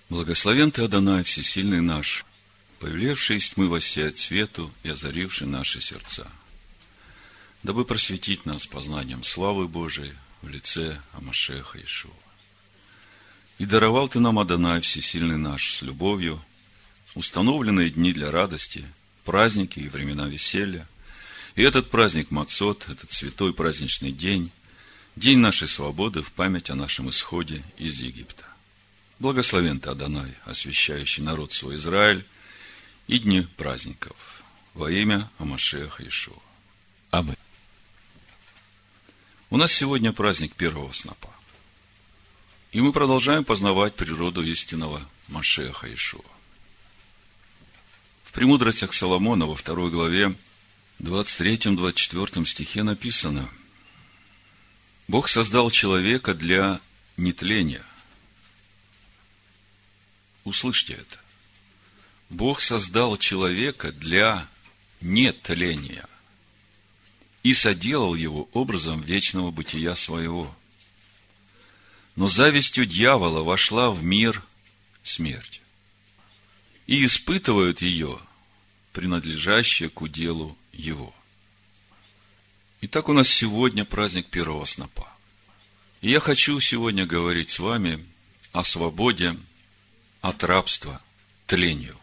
Благословен Ты, Адонай, всесильный наш, повелевший из тьмы воссиять свету и озаривший наши сердца, дабы просветить нас познанием славы Божией в лице Амашеха Иешуа. И даровал Ты нам, Адонай, всесильный наш, с любовью, установленные дни для радости, праздники и времена веселья, и этот праздник Мацот, этот святой праздничный день, день нашей свободы в память о нашем исходе из Египта. Благословен Ты, Адонай, освящающий народ свой Израиль, и дни праздников, во имя Амашеха Иешуа. Аминь. У нас сегодня праздник первого снопа. И мы продолжаем познавать природу истинного Машеха Иешуа. В «Премудростях Соломона» во 2 главе, 23-24 стихе написано: Бог создал человека для нетления. Услышьте это. Бог создал человека для нетления и соделал его образом вечного бытия своего. Но завистью дьявола вошла в мир смерть, и испытывают ее, принадлежащее к уделу его. Итак, у нас сегодня праздник первого снопа. И я хочу сегодня говорить с вами о свободе от рабства тлению.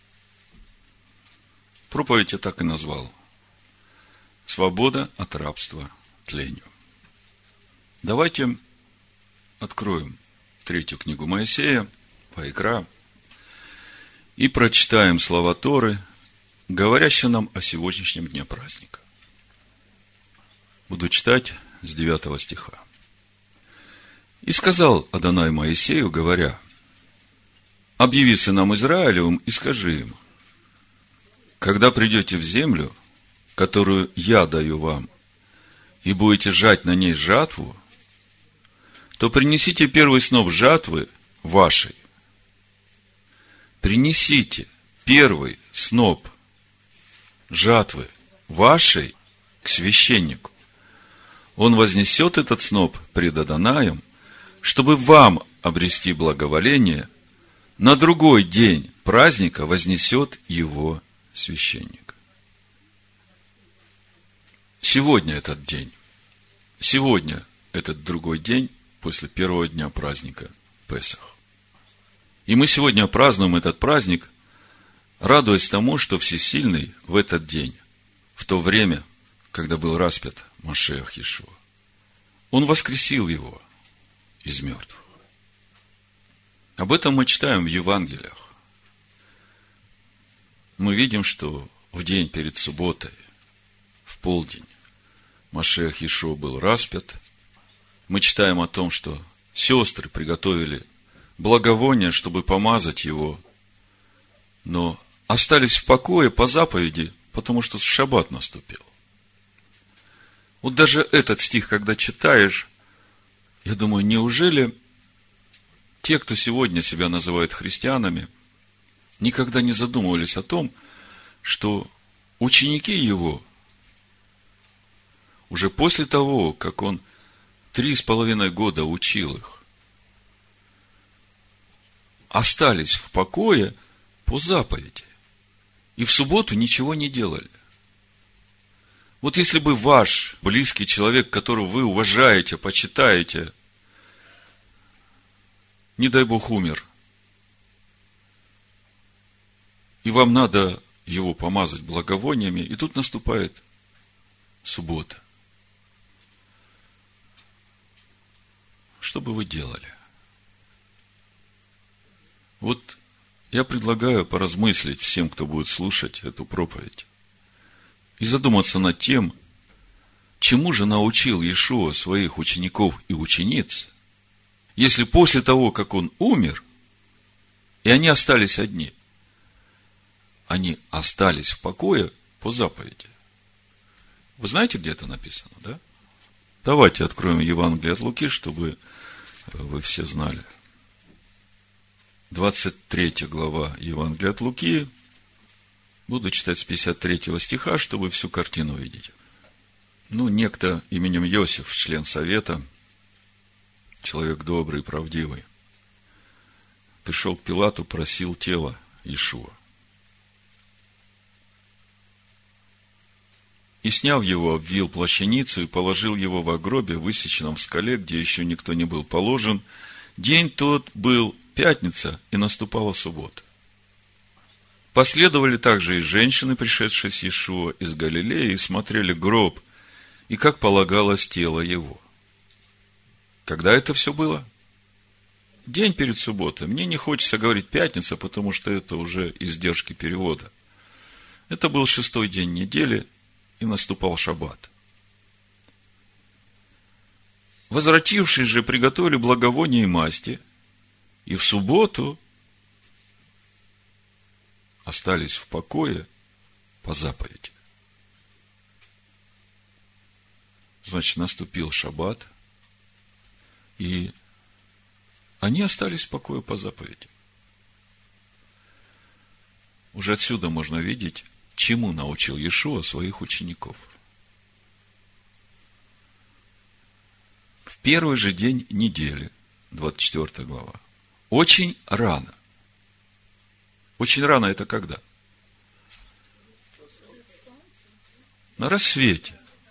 Проповедь я так и назвал: свобода от рабства тлению. Давайте откроем 3 книгу Моисея, Ваикра, и прочитаем слова Торы, говорящие нам о сегодняшнем дне праздника. Буду читать с 9 стиха. «И сказал Адонай Моисею, говоря: объяви сынам Израилевым и скажи им: когда придете в землю, которую я даю вам, и будете жать на ней жатву, то принесите первый сноп жатвы вашей. Принесите первый сноп жатвы вашей к священнику. Он вознесет этот сноп пред Адонаем, чтобы вам обрести благоволение. На другой день праздника вознесет его священник». Сегодня этот день. Сегодня этот другой день после первого дня праздника Песах. И мы сегодня празднуем этот праздник, радуясь тому, что Всесильный в этот день, в то время, когда был распят Машех Иешуа, Он воскресил его из мертвых. Об этом мы читаем в Евангелиях. Мы видим, что в день перед субботой, в полдень, Машех Иешуа был распят. Мы читаем о том, что сестры приготовили благовония, чтобы помазать его, но остались в покое по заповеди, потому что шаббат наступил. Вот даже этот стих, когда читаешь, я думаю, неужели те, кто сегодня себя называют христианами, никогда не задумывались о том, что ученики его уже после того, как он 3,5 года учил их, остались в покое по заповеди и в субботу ничего не делали. Вот если бы ваш близкий человек, которого вы уважаете, почитаете, не дай Бог, умер, и вам надо его помазать благовониями, и тут наступает суббота. Что бы вы делали? Вот я предлагаю поразмыслить всем, кто будет слушать эту проповедь, и задуматься над тем, чему же научил Иешуа своих учеников и учениц, если после того, как он умер, и они остались одни, они остались в покое по заповеди. Вы знаете, где это написано, да? Давайте откроем Евангелие от Луки, чтобы вы все знали. 23 глава Евангелия от Луки. Буду читать с 53 стиха, чтобы всю картину увидеть. Некто именем Иосиф, член совета, человек добрый, правдивый, пришел к Пилату, просил тело Иешуа. И, сняв его, обвил плащаницу и положил его во гробе, высеченном в скале, где еще никто не был положен. День тот был пятница, и наступала суббота. Последовали также и женщины, пришедшие с Иешуа из Галилеи, и смотрели гроб, и, как полагалось, тело его. Когда это все было? День перед субботой. Мне не хочется говорить пятница, потому что это уже издержки перевода. Это был 6-й день недели, и наступал шаббат. Возвратившись же, приготовили благовония и масти, и в субботу остались в покое по заповеди. Значит, наступил шаббат, и они остались в покое по заповеди. Уже отсюда можно видеть, чему научил Иешуа своих учеников. В первый же день недели, 24 глава, очень рано. Очень рано это когда? На рассвете.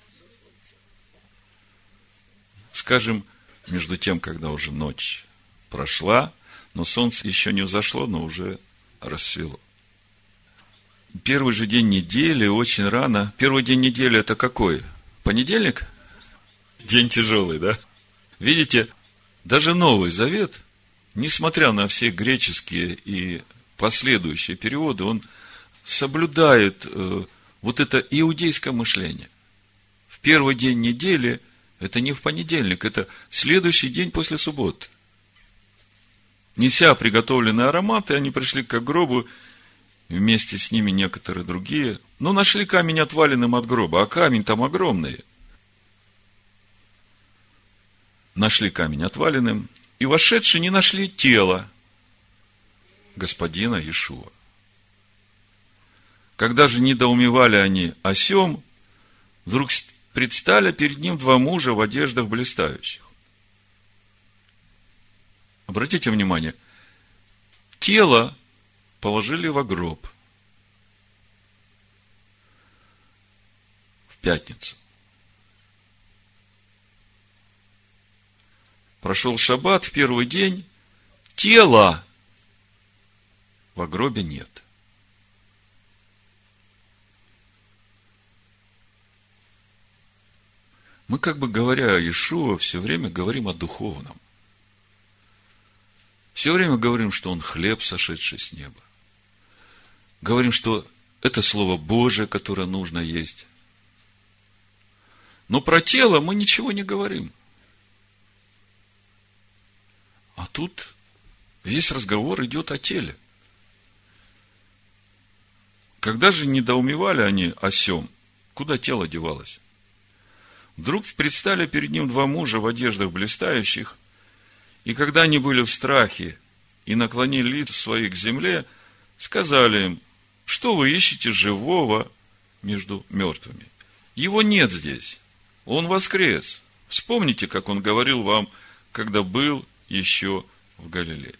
Скажем, между тем, когда уже ночь прошла, но солнце еще не взошло, но уже рассвело. Первый же день недели, очень рано. Первый день недели это какой? Понедельник? День тяжелый, да? Видите, даже Новый Завет, несмотря на все греческие и последующие переводы, он соблюдает вот это иудейское мышление. В первый день недели, это не в понедельник, это следующий день после субботы. Неся приготовленные ароматы, они пришли к гробу, вместе с ними некоторые другие, но нашли камень отваленным от гроба, а камень там огромный. Нашли камень отваленным, и вошедшие не нашли тела господина Иешуа. Когда же недоумевали они о сем, вдруг предстали перед ним два мужа в одеждах блистающих. Обратите внимание, тело положили во гроб в пятницу. Прошел шаббат, в первый день, тела во гробе нет. Мы, как бы говоря о Иешуа, все время говорим о духовном. Все время говорим, что Он хлеб, сошедший с неба. Говорим, что это Слово Божие, которое нужно есть. Но про тело мы ничего не говорим. А тут весь разговор идет о теле. Когда же недоумевали они о сем, куда тело девалось? Вдруг предстали перед ним два мужа в одеждах блистающих, и когда они были в страхе и наклонили лица свои к земле, сказали им: что вы ищете живого между мертвыми? Его нет здесь, он воскрес. Вспомните, как он говорил вам, когда был еще в Галилее.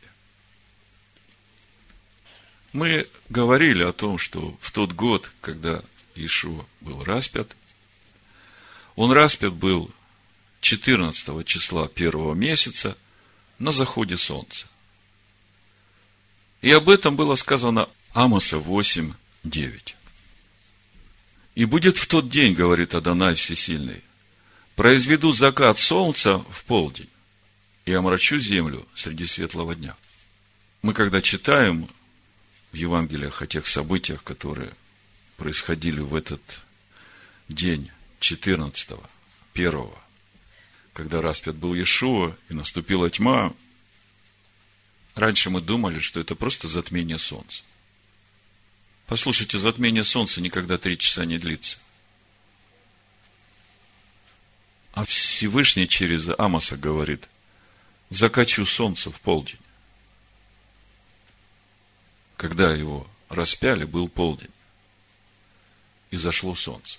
Мы говорили о том, что в тот год, когда Иешуа был распят, он распят был 14 числа первого месяца на заходе солнца. И об этом было сказано Амоса 8:9. И будет в тот день, говорит Адонай Всесильный, произведу закат солнца в полдень и омрачу землю среди светлого дня. Мы, когда читаем в Евангелиях о тех событиях, которые происходили в этот день 14-го, 1-го, когда распят был Иешуа и наступила тьма, раньше мы думали, что это просто затмение солнца. Послушайте, затмение солнца никогда 3 часа не длится. А Всевышний через Амоса говорит: закачу солнце в полдень. Когда его распяли, был полдень. И зашло солнце.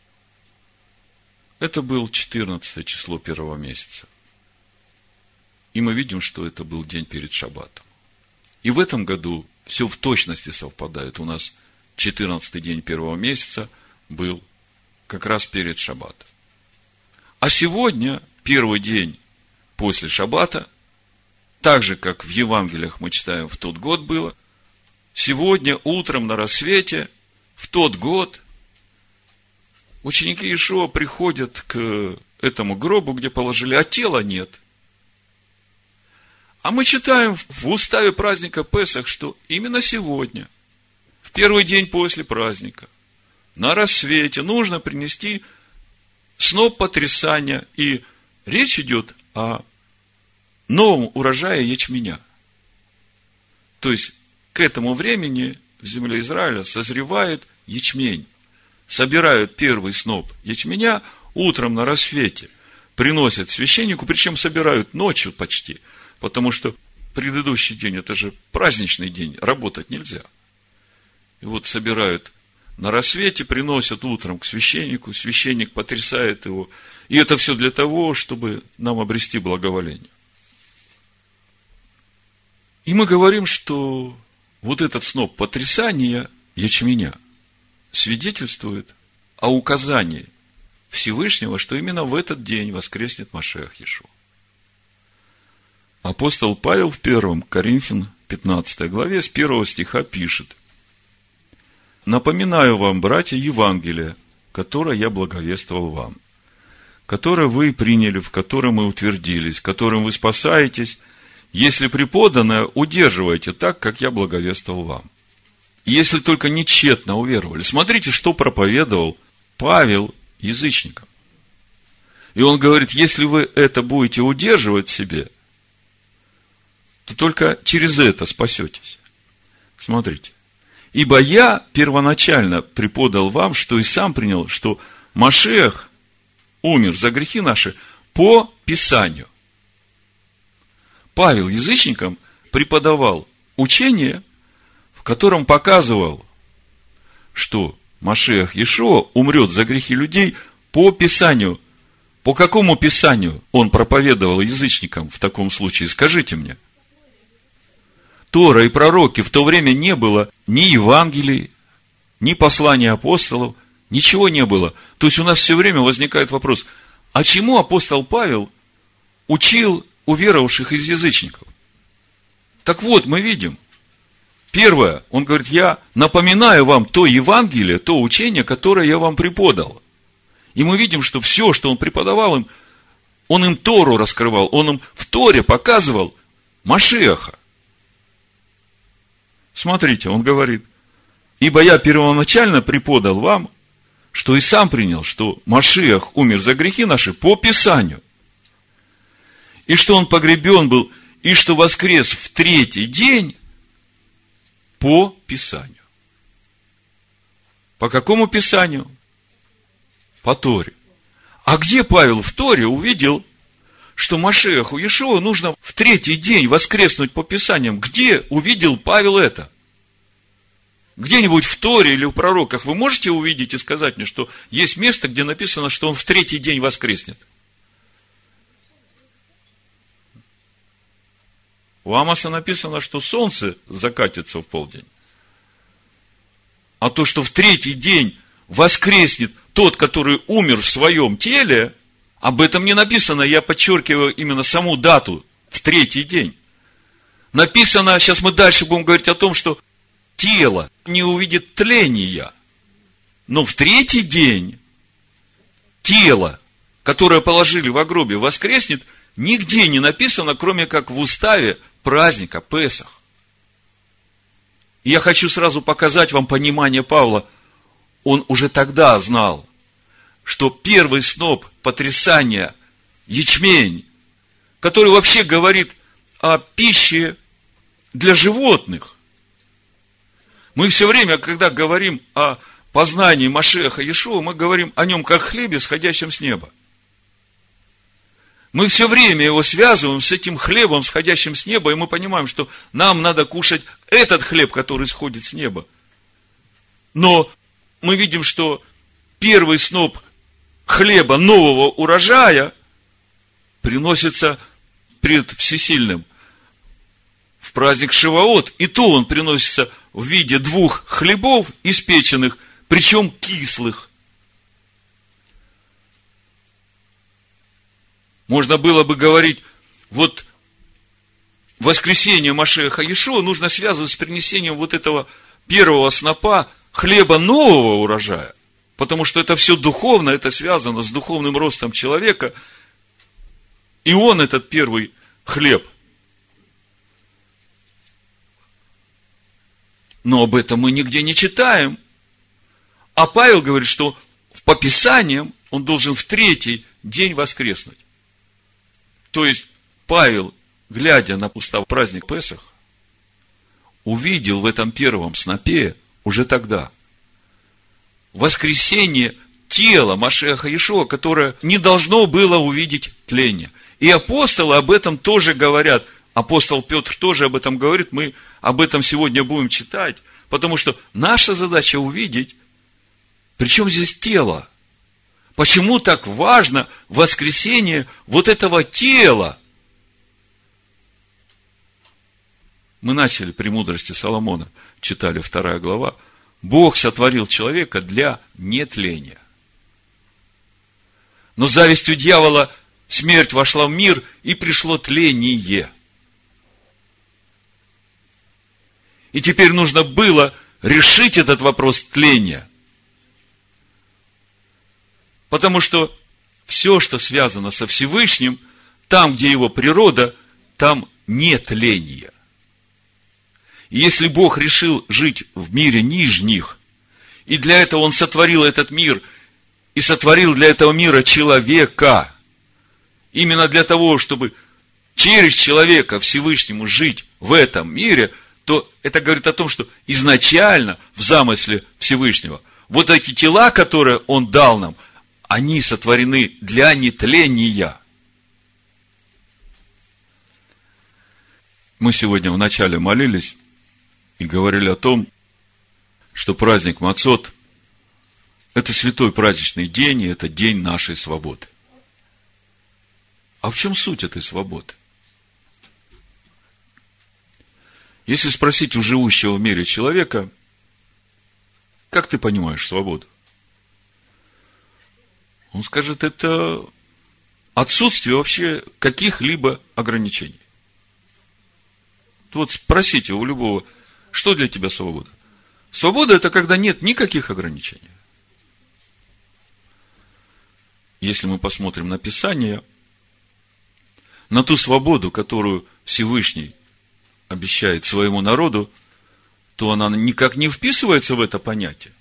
Это был 14 число первого месяца. И мы видим, что это был день перед шаббатом. И в этом году все в точности совпадает. У нас 14-й день первого месяца был как раз перед шаббатом. А сегодня, первый день после шаббата, так же, как в Евангелиях мы читаем, в тот год было, сегодня утром на рассвете, в тот год, ученики Иешуа приходят к этому гробу, где положили, а тела нет. А мы читаем в уставе праздника Песах, что именно сегодня, в первый день после праздника, на рассвете нужно принести сноп потрясания. И речь идет о новом урожае ячменя. То есть, к этому времени в земле Израиля созревает ячмень. Собирают первый сноп ячменя утром на рассвете, приносят священнику, причем собирают ночью почти, потому что предыдущий день, это же праздничный день, работать нельзя. И вот собирают на рассвете, приносят утром к священнику, священник потрясает его. И это все для того, чтобы нам обрести благоволение. И мы говорим, что вот этот сноп потрясания ячменя свидетельствует о указании Всевышнего, что именно в этот день воскреснет Машиах Иешуа. Апостол Павел в 1 Коринфянам 15 главе с 1 стиха пишет: «Напоминаю вам, братья, Евангелие, которое я благовествовал вам, которое вы приняли, в котором и утвердились, которым вы спасаетесь, если преподанное удерживаете так, как я благовествовал вам. Если только не тщетно уверовали». Смотрите, что проповедовал Павел язычникам. И он говорит, если вы это будете удерживать в себе, то только через это спасетесь. Смотрите. «Ибо я первоначально преподал вам, что и сам принял, что Машиах умер за грехи наши по Писанию». Павел язычникам преподавал учение, в котором показывал, что Машиах Иешуа умрет за грехи людей по Писанию. По какому Писанию он проповедовал язычникам в таком случае? Скажите мне. Тора и пророки в то время не было ни Евангелий, ни посланий апостолов, ничего не было. То есть у нас все время возникает вопрос, а чему апостол Павел учил уверовавших из язычников? Так вот, мы видим, первое, он говорит, я напоминаю вам то Евангелие, то учение, которое я вам преподал. И мы видим, что все, что он преподавал им, он им Тору раскрывал, он им в Торе показывал Машиаха. Смотрите, он говорит, ибо я первоначально преподал вам, что и сам принял, что Машиах умер за грехи наши по Писанию, и что он погребен был, и что воскрес в третий день по Писанию. По какому Писанию? По Торе. А где Павел в Торе увидел, что Машиаху Иешуа нужно в третий день воскреснуть по Писаниям? Где увидел Павел это? Где-нибудь в Торе или в пророках вы можете увидеть и сказать мне, что есть место, где написано, что он в третий день воскреснет? У Амоса написано, что солнце закатится в полдень. А то, что в третий день воскреснет тот, который умер в своем теле, об этом не написано. Я подчеркиваю именно саму дату, в третий день. Написано, сейчас мы дальше будем говорить о том, что тело не увидит тления. Но в третий день тело, которое положили в гробе, воскреснет, нигде не написано, кроме как в уставе праздника Песах. И я хочу сразу показать вам понимание Павла. Он уже тогда знал, что первый сноп потрясания, ячмень, который вообще говорит о пище для животных. Мы все время, когда говорим о познании Машиаха Иешуа, мы говорим о нем как хлебе, сходящем с неба. Мы все время его связываем с этим хлебом, сходящим с неба, и мы понимаем, что нам надо кушать этот хлеб, который сходит с неба. Но мы видим, что первый сноп хлеба нового урожая приносится пред Всесильным в праздник Шиваот, и то он приносится в виде 2 хлебов испеченных, причем кислых. Можно было бы говорить, вот воскресение Машиаха Иешуа нужно связывать с принесением вот этого первого снопа хлеба нового урожая, потому что это все духовно, это связано с духовным ростом человека, и он этот первый хлеб. Но об этом мы нигде не читаем. А Павел говорит, что по Писаниям он должен в 3-й день воскреснуть. То есть, Павел, глядя на устав праздник Песах, увидел в этом первом снопе уже тогда воскресение тела Машиаха Иешуа, которое не должно было увидеть тление. И апостолы об этом тоже говорят. Апостол Петр тоже об этом говорит. Мы об этом сегодня будем читать. Потому что наша задача увидеть, причем здесь тело. Почему так важно воскресение вот этого тела? Мы начали «Премудрости Соломона», читали 2 глава. Бог сотворил человека для нетления. Но завистью дьявола смерть вошла в мир, и пришло тление. И теперь нужно было решить этот вопрос тления. Потому что все, что связано со Всевышним, там, где его природа, там нет тления. И если Бог решил жить в мире нижних, и для этого Он сотворил этот мир, и сотворил для этого мира человека, именно для того, чтобы через человека Всевышнему жить в этом мире, то это говорит о том, что изначально в замысле Всевышнего вот эти тела, которые Он дал нам, они сотворены для нетления. Мы сегодня вначале молились и говорили о том, что праздник Мацот – это святой праздничный день, и это день нашей свободы. А в чем суть этой свободы? Если спросить у живущего в мире человека, как ты понимаешь свободу? Он скажет, это отсутствие вообще каких-либо ограничений. Вот спросите у любого, что для тебя свобода? Свобода – это когда нет никаких ограничений. Если мы посмотрим на Писание, на ту свободу, которую Всевышний обещает своему народу, то она никак не вписывается в это понятие.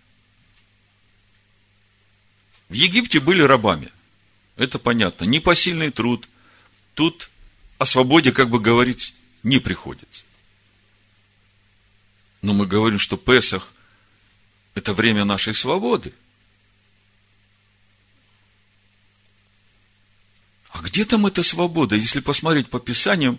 В Египте были рабами. Это понятно. Непосильный труд. Тут о свободе, как бы говорить, не приходится. Но мы говорим, что Песах – это время нашей свободы. А где там эта свобода? Если посмотреть по Писаниям,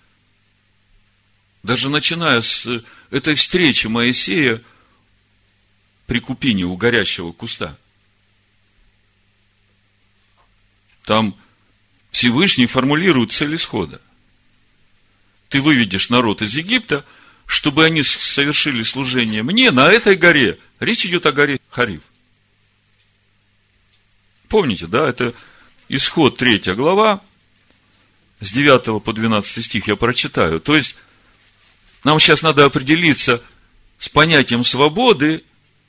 даже начиная с этой встречи Моисея при купине у горящего куста, там Всевышний формулирует цель исхода. Ты выведешь народ из Египта, чтобы они совершили служение мне на этой горе. Речь идет о горе Харив. Помните, да, это Исход 3 глава, с 9 по 12 стих я прочитаю. То есть, нам сейчас надо определиться с понятием свободы,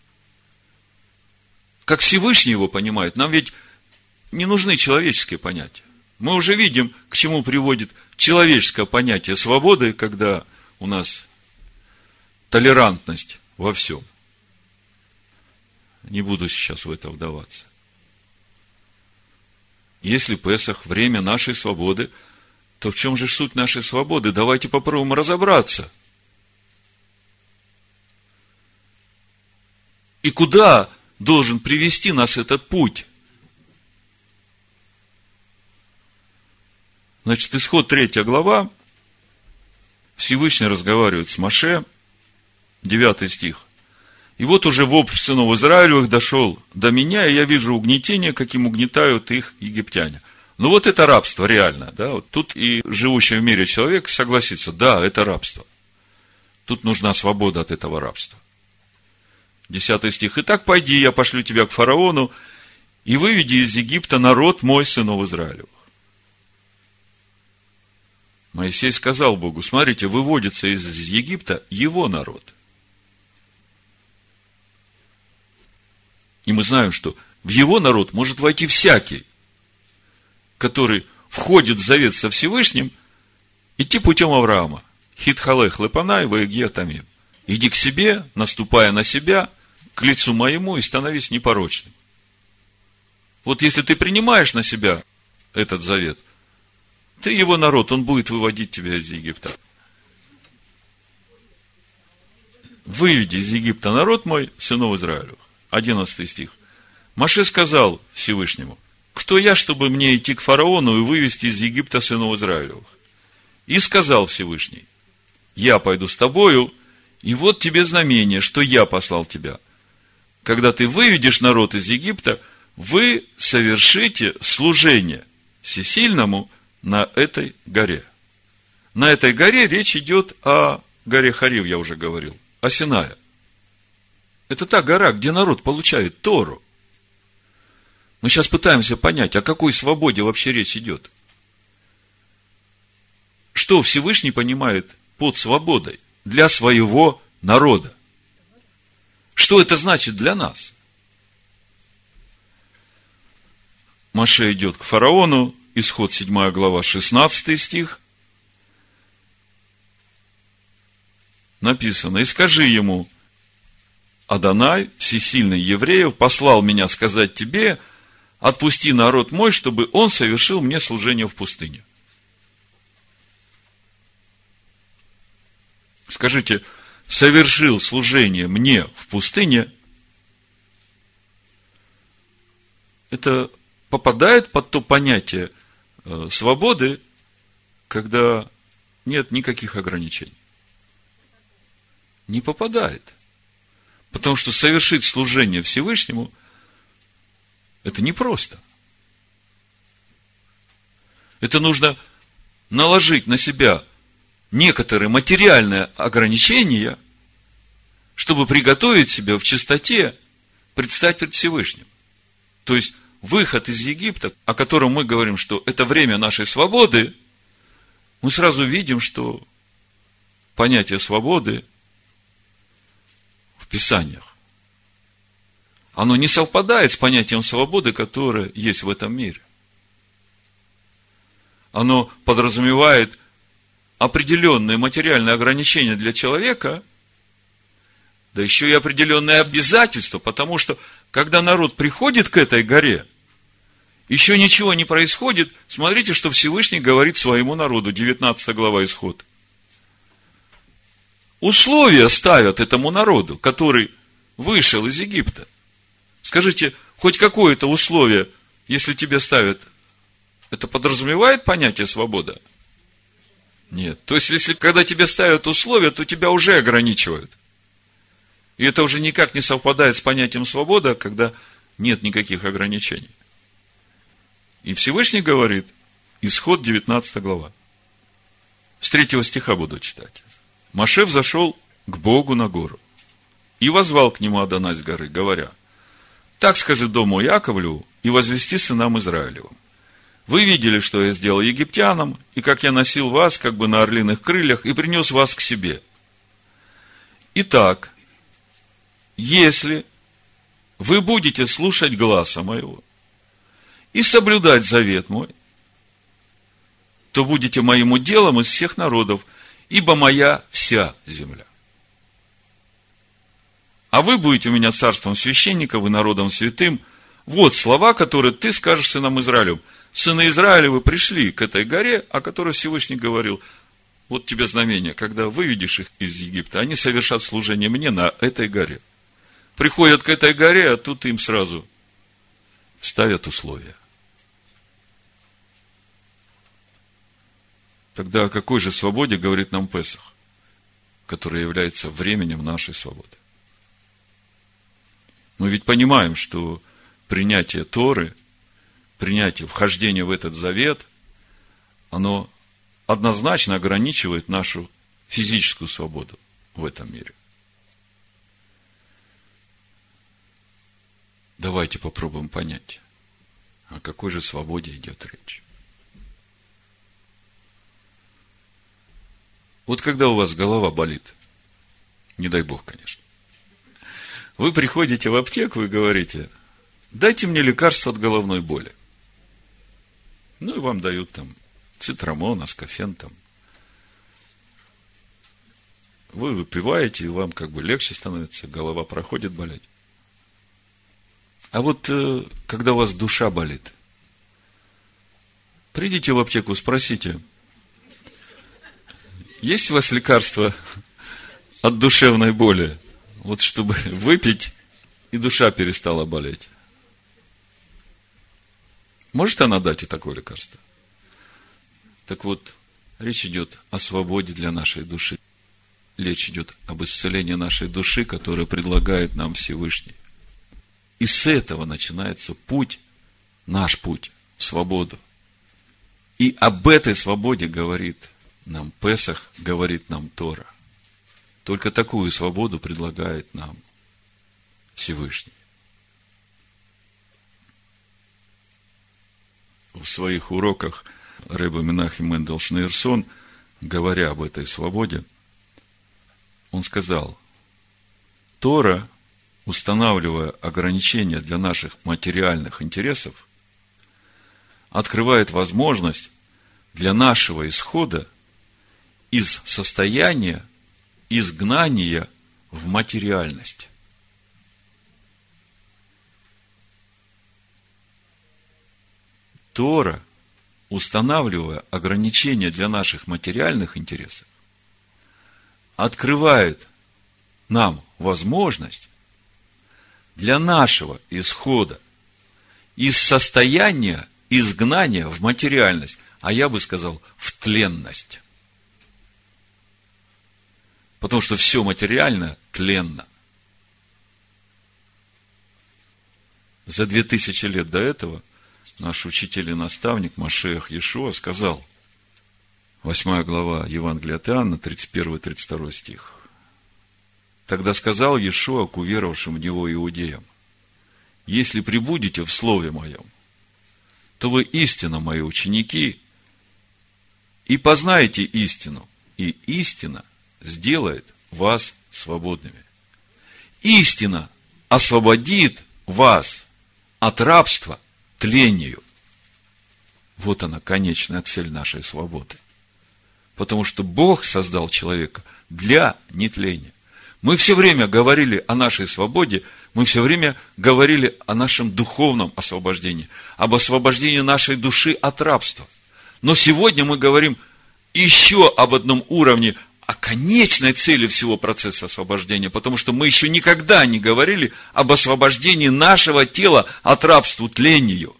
как Всевышний его понимает. Нам ведь не нужны человеческие понятия. Мы уже видим, к чему приводит человеческое понятие свободы, когда у нас толерантность во всем. Не буду сейчас в это вдаваться. Если Песах – время нашей свободы, то в чем же суть нашей свободы? Давайте попробуем разобраться. И куда должен привести нас этот путь? Значит, Исход 3 глава, Всевышний разговаривает с Моше, 9 стих. И вот уже вопль сынов Израилевых дошел до меня, и я вижу угнетение, каким угнетают их египтяне. Ну, вот это рабство реально, да, вот тут и живущий в мире человек согласится, да, это рабство. Тут нужна свобода от этого рабства. 10 стих. «Итак, пойди, я пошлю тебя к фараону, и выведи из Египта народ мой, сынов Израилевых». Моисей сказал Богу: смотрите, выводится из Египта его народ. И мы знаем, что в его народ может войти всякий, который входит в завет со Всевышним, идти путем Авраама. Хит халех лепанай ваегия тамим. Иди к себе, наступая на себя, к лицу моему, и становись непорочным. Вот если ты принимаешь на себя этот завет, ты его народ, он будет выводить тебя из Египта. «Выведи из Египта народ мой, сынов Израилевых». 11 стих. Моше сказал Всевышнему: кто я, чтобы мне идти к фараону и вывести из Египта сынов Израилевых? И сказал Всевышний: я пойду с тобою, и вот тебе знамение, что я послал тебя. Когда ты выведешь народ из Египта, вы совершите служение всесильному на этой горе. На этой горе речь идет о горе Хорив, я уже говорил, о Синае. Это та гора, где народ получает Тору. Мы сейчас пытаемся понять, о какой свободе вообще речь идет. Что Всевышний понимает под свободой для своего народа? Что это значит для нас? Моше идет к фараону, Исход 7 глава, 16 стих. Написано: и скажи ему: Адонай, всесильный евреев, послал меня сказать тебе: отпусти народ мой, чтобы он совершил мне служение в пустыне. Скажите, совершил служение мне в пустыне, это попадает под то понятие свободы, когда нет никаких ограничений? Не попадает. Потому что совершить служение Всевышнему – это непросто. Это нужно наложить на себя некоторые материальные ограничения, чтобы приготовить себя в чистоте предстать пред Всевышним. То есть, выход из Египта, о котором мы говорим, что это время нашей свободы, мы сразу видим, что понятие свободы в Писаниях, оно не совпадает с понятием свободы, которое есть в этом мире. Оно подразумевает определенные материальные ограничения для человека, да еще и определенные обязательства, потому что, когда народ приходит к этой горе, еще ничего не происходит. Смотрите, что Всевышний говорит своему народу, 19 глава Исход. Условия ставят этому народу, который вышел из Египта. Скажите, хоть какое-то условие, если тебе ставят, это подразумевает понятие свобода? Нет. То есть, если когда тебе ставят условия, то тебя уже ограничивают. И это уже никак не совпадает с понятием свобода, когда нет никаких ограничений. И Всевышний говорит, Исход 19 глава. С 3 стиха буду читать. Моше взошел к Богу на гору и возвал к нему Адонай с горы, говоря: так скажи дому Яковлеву и возвести сынам Израилевым: вы видели, что я сделал египтянам, и как я носил вас, как бы на орлиных крыльях, и принес вас к себе. Итак, если вы будете слушать гласа моего и соблюдать завет мой, то будете моим уделом из всех народов, ибо моя вся земля. А вы будете у меня царством священников и народом святым. Вот слова, которые ты скажешь сынам Израилевым. Сыны Израилевы пришли к этой горе, о которой Всевышний говорил: вот тебе знамение, когда выведешь их из Египта, они совершат служение мне на этой горе. Приходят к этой горе, а тут им сразу ставят условия. Тогда о какой же свободе говорит нам Песах, которая является временем нашей свободы? Мы ведь понимаем, что принятие Торы принятие, вхождение в этот завет, оно однозначно ограничивает нашу физическую свободу в этом мире. Давайте попробуем понять, о какой же свободе идет речь. Вот когда у вас голова болит, не дай Бог, конечно, вы приходите в аптеку и говорите: дайте мне лекарство от головной боли. Ну, и вам дают там цитрамон, аскофен там. Вы выпиваете, и вам как бы легче становится, голова проходит болеть. А вот когда у вас душа болит, придите в аптеку, спросите: есть у вас лекарство от душевной боли? Вот чтобы выпить, и душа перестала болеть. Может она дать и такое лекарство? Так вот, речь идет о свободе для нашей души. Речь идет об исцелении нашей души, которое предлагает нам Всевышний. И с этого начинается путь, наш путь в свободу. И об этой свободе говорит нам Песах, говорит нам Тора. Только такую свободу предлагает нам Всевышний. В своих уроках Ребе Менахем Мендел Шнейрсон, говоря об этой свободе, он сказал: Тора, устанавливая ограничения для наших материальных интересов, открывает возможность для нашего исхода из состояния изгнания в материальность. Тора, устанавливая ограничения для наших материальных интересов, открывает нам возможность для нашего исхода из состояния изгнания в материальность, а я бы сказал, в тленность. Потому что все материальное тленно. За 2000 лет до этого наш учитель и наставник Машиах Иешуа сказал, 8 глава Евангелия от Иоанна, 31-32 стих. Тогда сказал Иешуа к уверовавшим в Него иудеям: если пребудете в Слове Моем, то вы истинно Мои ученики, и познаете истину, и истина сделает вас свободными. Истина освободит вас от рабства тлению. Вот она, конечная цель нашей свободы. Потому что Бог создал человека для нетления. Мы все время говорили о нашей свободе, мы все время говорили о нашем духовном освобождении, об освобождении нашей души от рабства. Но сегодня мы говорим еще об одном уровне, о конечной цели всего процесса освобождения, потому что мы еще никогда не говорили об освобождении нашего тела от рабства тлению.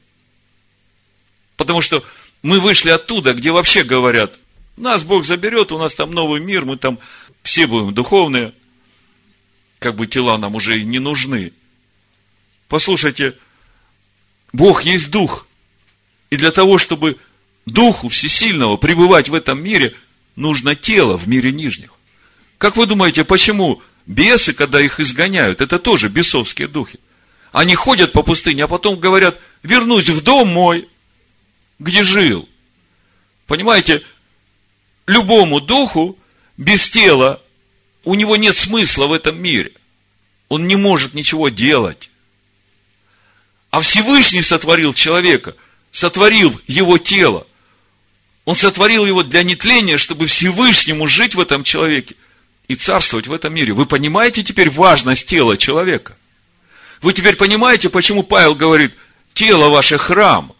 Потому что мы вышли оттуда, где вообще говорят: нас Бог заберет, у нас там новый мир, мы там все будем духовные, как бы тела нам уже и не нужны. Послушайте, Бог есть Дух, и для того, чтобы Духу Всесильного пребывать в этом мире, нужно тело в мире нижних. Как вы думаете, почему бесы, когда их изгоняют, это тоже бесовские духи? Они ходят по пустыне, а потом говорят: вернусь в дом мой, где жил. Понимаете, любому духу без тела у него нет смысла в этом мире. Он не может ничего делать. А Всевышний сотворил человека, сотворил его тело. Он сотворил его для нетления, чтобы Всевышнему жить в этом человеке и царствовать в этом мире. Вы понимаете теперь важность тела человека? Вы теперь понимаете, почему Павел говорит: тело ваше храм?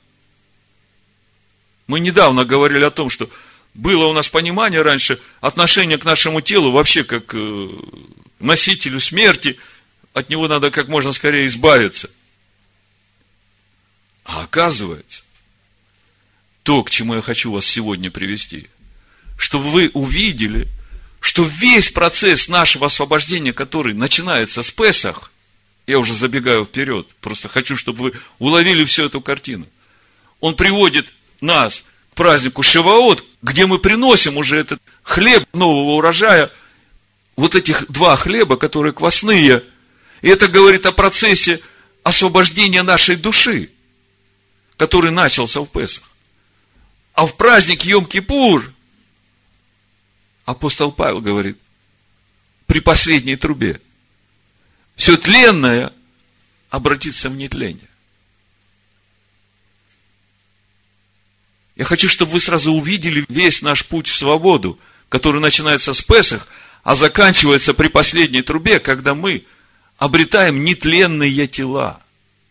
Мы недавно говорили о том, что было у нас понимание раньше, отношение к нашему телу вообще как к носителю смерти, от него надо как можно скорее избавиться. А оказывается, то, к чему я хочу вас сегодня привести, чтобы вы увидели, что весь процесс нашего освобождения, который начинается с Песах, я уже забегаю вперед, просто хочу, чтобы вы уловили всю эту картину. Он приводит нас к празднику Шавуот, где мы приносим уже этот хлеб нового урожая, вот этих 2 хлеба, которые квасные. И это говорит о процессе освобождения нашей души, который начался в Песах. А в праздник Йом-Кипур апостол Павел говорит, при последней трубе все тленное обратится в нетление. Я хочу, чтобы вы сразу увидели весь наш путь в свободу, который начинается с Песах, а заканчивается при последней трубе, когда мы обретаем нетленные тела.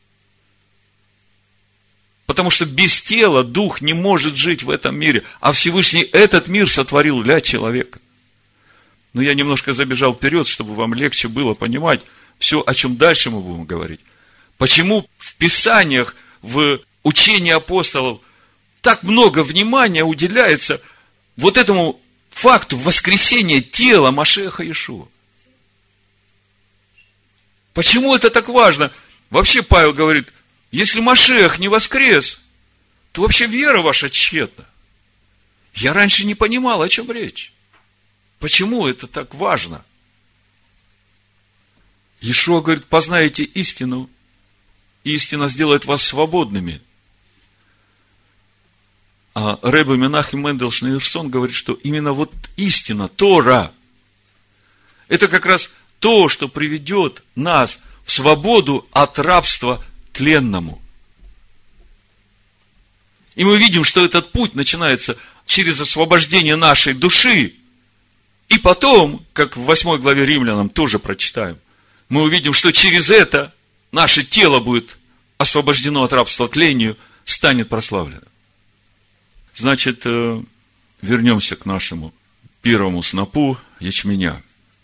Потому что без тела дух не может жить в этом мире, а Всевышний этот мир сотворил для человека. Но я немножко забежал вперед, чтобы вам легче было понимать все, о чем дальше мы будем говорить. Почему в Писаниях, в учении апостолов так много внимания уделяется вот этому факту воскресения тела Машиаха Иешуа? Почему это так важно? Вообще Павел говорит, если Машиах не воскрес, то вообще вера ваша тщетна. Я раньше не понимал, о чем речь. Почему это так важно? Иешуа говорит, познаете истину, и истина сделает вас свободными. А Ребе Менахем Мендел Шнейрсон говорит, что именно вот истина, Тора, это как раз то, что приведет нас в свободу от рабства тленному. И мы видим, что этот путь начинается через освобождение нашей души. И потом, как в 8 главе Римлянам тоже прочитаем, мы увидим, что через это наше тело будет освобождено от рабства тлению, станет прославлено. Значит, вернемся к нашему первому снопу ячменя.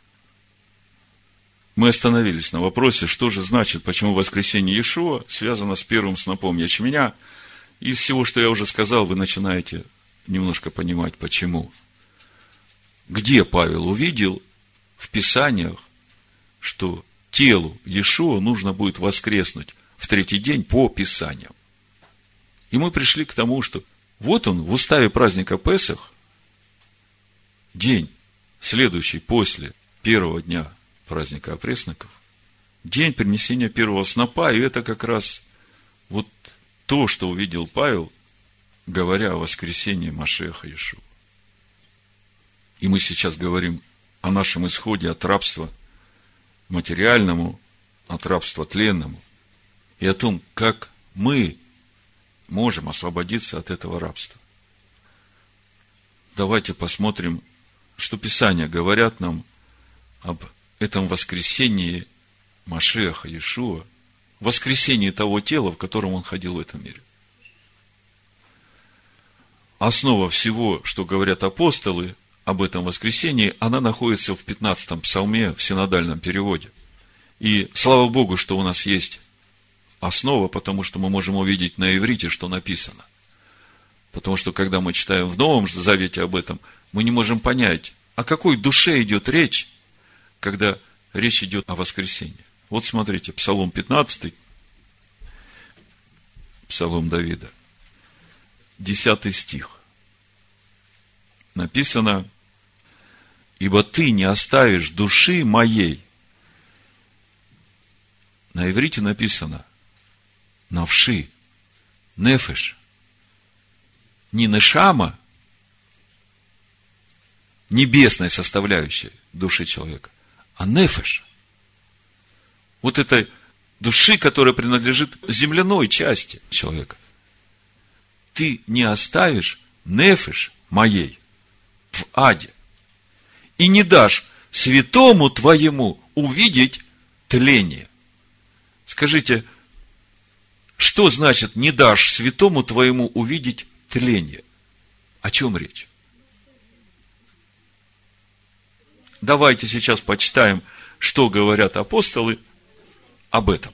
Мы остановились на вопросе, что же значит, почему воскресение Иешуа связано с первым снопом ячменя. Из всего, что я уже сказал, вы начинаете немножко понимать, почему. Где Павел увидел в Писаниях, что телу Иешуа нужно будет воскреснуть в 3-й день по Писаниям. И мы пришли к тому, что вот он в уставе праздника Песах, день, следующий после первого дня праздника опресноков, день принесения первого снопа, и это как раз вот то, что увидел Павел, говоря о воскресении Машиаха Иешуа. И мы сейчас говорим о нашем исходе от рабства материальному, от рабства тленному, и о том, как мы можем освободиться от этого рабства. Давайте посмотрим, что Писания говорят нам об этом воскресении Машиаха Иешуа, воскресении того тела, в котором он ходил в этом мире. Основа всего, что говорят апостолы об этом воскресении, она находится в 15-м псалме в синодальном переводе. И слава Богу, что у нас есть основа, потому что мы можем увидеть на иврите, что написано. Потому что, когда мы читаем в Новом Завете об этом, мы не можем понять, о какой душе идет речь, когда речь идет о воскресении. Вот смотрите, Псалом 15, Псалом Давида, 10 стих. Написано: «Ибо ты не оставишь души моей». На иврите написано «навши», «нефеш». Не нешама, небесной составляющей души человека, а нефеш. Вот этой души, которая принадлежит земляной части человека. Ты не оставишь нефеш моей в аде и не дашь святому твоему увидеть тление. Скажите, что значит не дашь святому твоему увидеть тление? О чем речь? Давайте сейчас почитаем, что говорят апостолы об этом.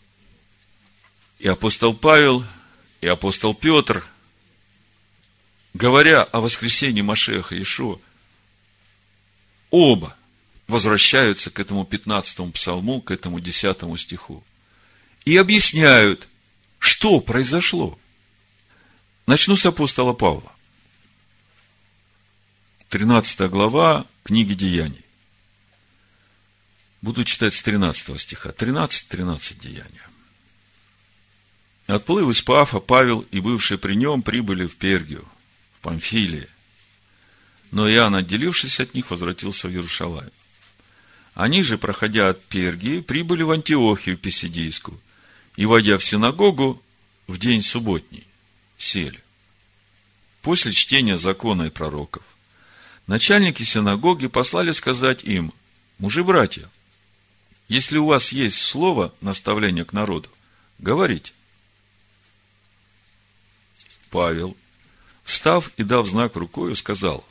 И апостол Павел, и апостол Петр, говоря о воскресении Машиаха Иешуа, оба возвращаются к этому 15-му псалму, к этому 10 стиху. И объясняют, что произошло. Начну с апостола Павла. 13 глава книги Деяний. Буду читать с 13 стиха. 13 Деяния. Отплыв из Пафа, Павел и бывшие при нем прибыли в Пергию, в Памфилии. Но Иоанн, отделившись от них, возвратился в Иерусалим. Они же, проходя от Пергии, прибыли в Антиохию Писидийскую и, войдя в синагогу, в день субботний, сели. После чтения закона и пророков, начальники синагоги послали сказать им: мужи-братья, если у вас есть слово наставления к народу, говорите. Павел, встав и дав знак рукою, сказал: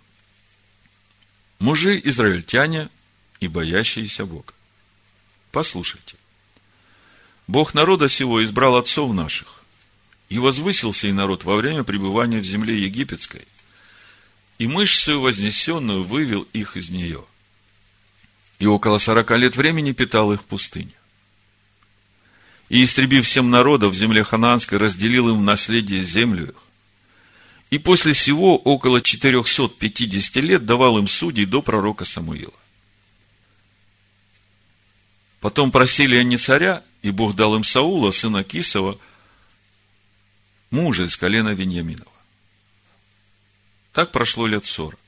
мужи израильтяне и боящиеся Бога, послушайте. Бог народа сего избрал отцов наших, и возвысил сей народ во время пребывания в земле египетской, и мышцею вознесенную вывел их из нее, и около 40 лет времени питал их в пустыне. И, истребив всем народов в земле ханаанской, разделил им в наследие землю их, и после сего около 450 лет давал им судей до пророка Самуила. Потом просили они царя, и Бог дал им Саула, сына Кисова, мужа из колена Веньяминова. Так прошло лет 40.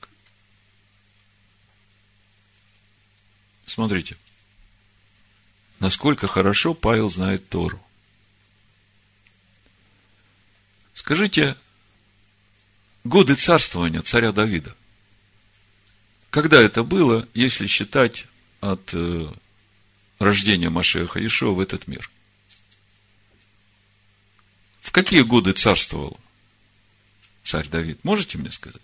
Смотрите, насколько хорошо Павел знает Тору. Скажите, годы царствования царя Давида, когда это было, если считать от рождения Машиаха Иешуа в этот мир? В какие годы царствовал царь Давид? Можете мне сказать?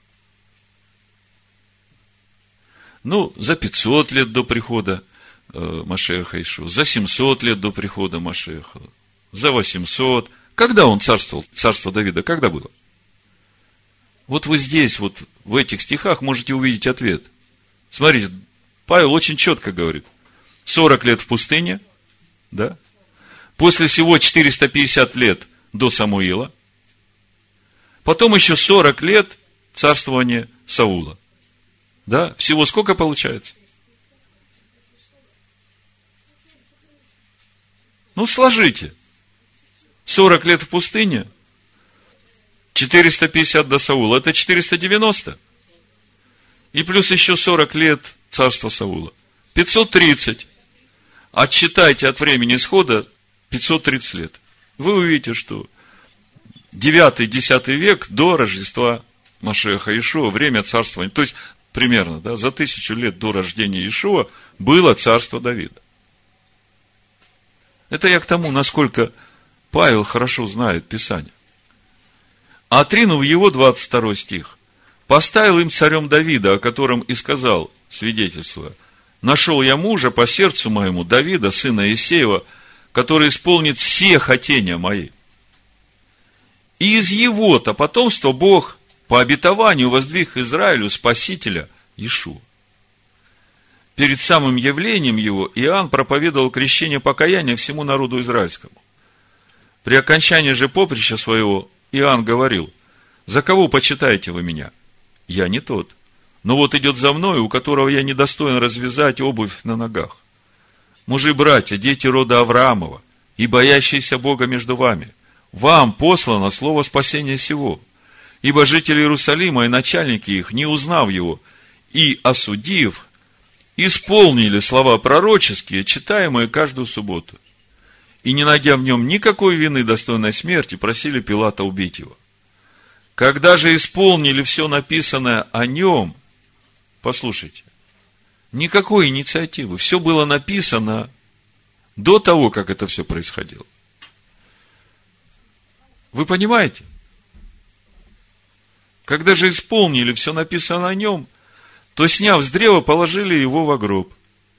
За 500 лет до прихода Машиаха Иешуа, за 700 лет до прихода Машиаха, за 800. Когда он царствовал? Царство Давида когда было? Вот вы здесь, вот в этих стихах можете увидеть ответ. Смотрите, Павел очень четко говорит. 40 лет в пустыне, да? После всего 450 лет до Самуила. Потом еще 40 лет царствования Саула. Да? Всего сколько получается? Сложите. 40 лет в пустыне, 450 до Саула. Это 490. И плюс еще 40 лет царства Саула. 530. Отсчитайте от времени исхода 530 лет. Вы увидите, что 9-10 век до Рождества Машиаха Иешуа, время царствования, то есть примерно, да, за 1000 лет до рождения Иешуа было царство Давида. Это я к тому, насколько Павел хорошо знает Писание. Отринув его, 22 стих, поставил им царем Давида, о котором и сказал, свидетельствуя: нашел я мужа по сердцу моему, Давида, сына Иссеева, который исполнит все хотения мои. И из его-то потомства Бог по обетованию воздвиг Израилю Спасителя Иешуа. Перед самым явлением его Иоанн проповедовал крещение покаяния всему народу израильскому. При окончании же поприща своего Иоанн говорил: за кого почитаете вы меня? Я не тот. Но вот идет за мной, у которого я недостоин развязать обувь на ногах. Мужи-братья, дети рода Авраамова и боящиеся Бога между вами, вам послано слово спасения сего. Ибо жители Иерусалима и начальники их, не узнав его и осудив, исполнили слова пророческие, читаемые каждую субботу. И, не найдя в нем никакой вины, достойной смерти, просили Пилата убить его. Когда же исполнили все написанное о нем, послушайте, никакой инициативы, все было написано до того, как это все происходило. Вы понимаете? Когда же исполнили все написано о нем, то, сняв с древа, положили его во гроб.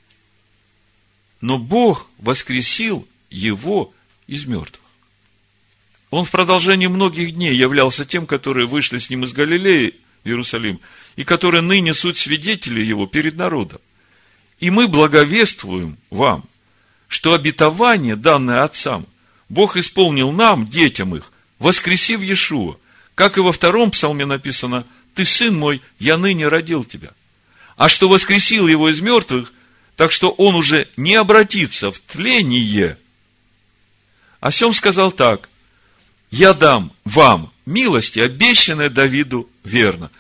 Но Бог воскресил его из мертвых. Он в продолжении многих дней являлся тем, которые вышли с ним из Галилеи в Иерусалим, и которые ныне суть свидетели его перед народом. И мы благовествуем вам, что обетование, данное отцам, Бог исполнил нам, детям их, воскресив Иешуа, Как и во втором псалме написано: «Ты, сын мой, я ныне родил тебя». А что воскресил его из мертвых, так что он уже не обратится в тление. О сем сказал так: «Я дам вам милости, обещанные Давиду верно».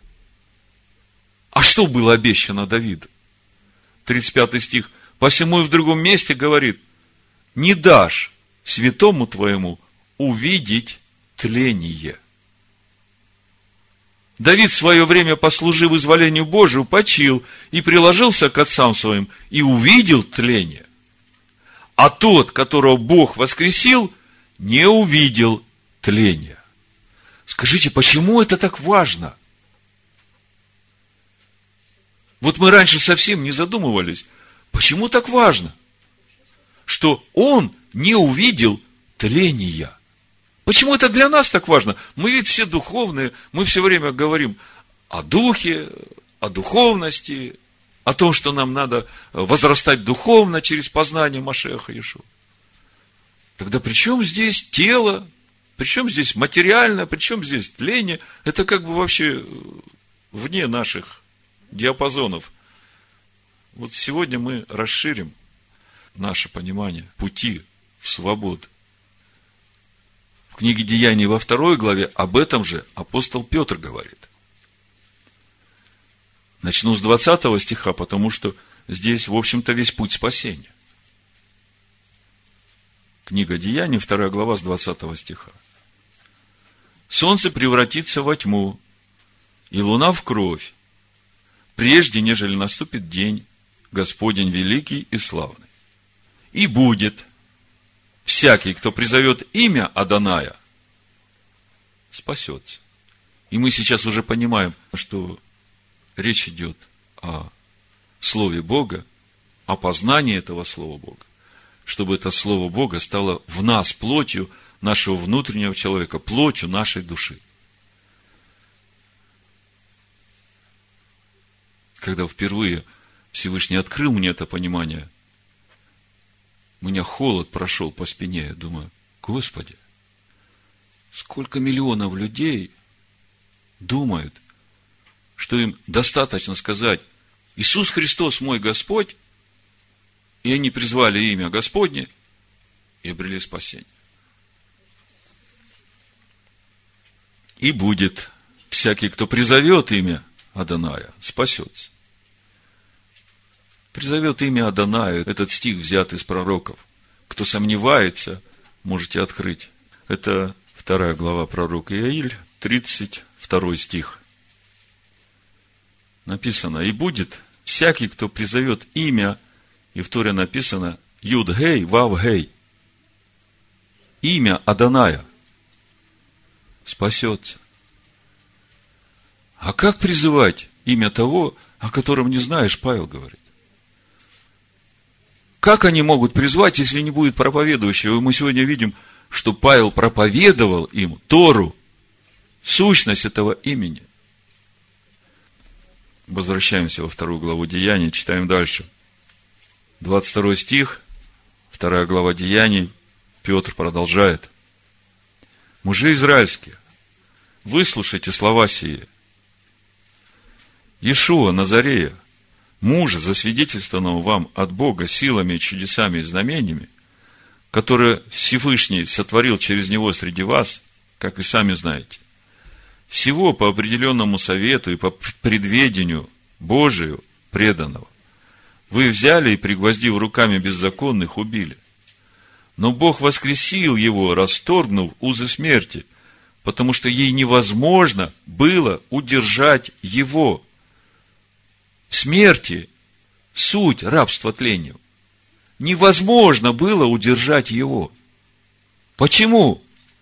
А что было обещано Давиду? 35 стих. «Посему и в другом месте говорит: не дашь святому твоему увидеть тление». Давид в свое время, послужив изволению Божию, почил и приложился к отцам своим, и увидел тление. А тот, которого Бог воскресил, не увидел тления. Скажите, почему это так важно? Вот мы раньше совсем не задумывались, почему так важно, что он не увидел тления. Почему это для нас так важно? Мы ведь все духовные, мы все время говорим о духе, о духовности, о том, что нам надо возрастать духовно через познание Машиаха Иешуа. Тогда при чем здесь тело? При чем здесь материальное? При чем здесь тление? Это как бы вообще вне наших диапазонов. Вот сегодня мы расширим наше понимание пути в свободу. В книге Деяний во 2 главе об этом же апостол Петр говорит. Начну с 20 стиха, потому что здесь, в общем-то, весь путь спасения. Книга Деяний, 2 глава, с 20 стиха. «Солнце превратится во тьму, и луна в кровь, прежде, нежели наступит день Господень великий и славный. И будет всякий, кто призовет имя Адоная, спасется». И мы сейчас уже понимаем, что речь идет о Слове Бога, о познании этого Слова Бога, чтобы это Слово Бога стало в нас плотью нашего внутреннего человека, плотью нашей души. Когда впервые Всевышний открыл мне это понимание, у меня холод прошел по спине. Я думаю: Господи, сколько миллионов людей думают, что им достаточно сказать: Иисус Христос мой Господь, и они призвали имя Господне и обрели спасение. И будет всякий, кто призовет имя Адоная, спасется. Призовет имя Адоная, этот стих взят из пророков. Кто сомневается, можете открыть. Это 2 глава пророка Иаиль, 32 стих. Написано: и будет всякий, кто призовет имя, и в Торе написано Юд-Гей, Вав-Гей, имя Адоная, спасется. А как призывать имя того, о котором не знаешь, Павел говорит? Как они могут призвать, если не будет проповедующего? И мы сегодня видим, что Павел проповедовал им Тору, сущность этого имени. Возвращаемся во 2 главу Деяний, читаем дальше. 22 стих, 2 глава Деяний, Петр продолжает. «Мужи израильские, выслушайте слова сии. Иешуа Назарея, мужа, засвидетельствованного вам от Бога силами, чудесами и знамениями, которые Всевышний сотворил через него среди вас, как и сами знаете, всего по определенному совету и по предведению Божию преданного, вы взяли и, пригвоздив руками беззаконных, убили. Но Бог воскресил его, расторгнув узы смерти, потому что ей невозможно было удержать его. Смерти суть рабства тлению. Невозможно было удержать его. Почему?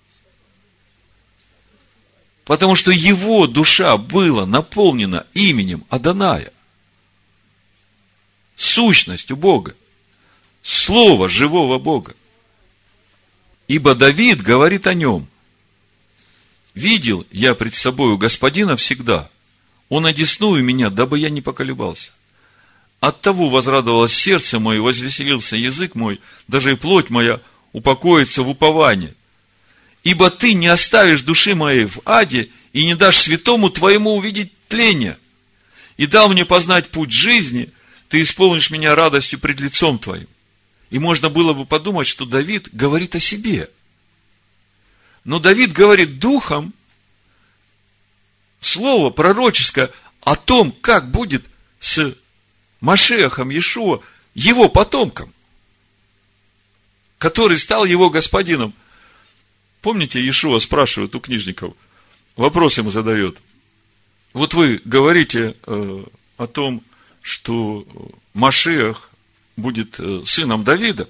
Потому что его душа была наполнена именем Адоная, сущностью Бога, Слово живого Бога. Ибо Давид говорит о нем: видел я пред собою Господина всегда, он одесную меня, дабы я не поколебался. Оттого возрадовалось сердце мое, возвеселился язык мой, даже и плоть моя упокоится в уповании. ибо ты не оставишь души моей в аде и не дашь святому твоему увидеть тление. И дал мне познать путь жизни, ты исполнишь меня радостью пред лицом твоим». И можно было бы подумать, что Давид говорит о себе. Но Давид говорит духом слово пророческое о том, как будет с Машиахом Иешуа, его потомком, который стал его господином. Помните, Иешуа спрашивает у книжников, вопрос ему задает. Вот вы говорите о том, что Машиах будет сыном Давида.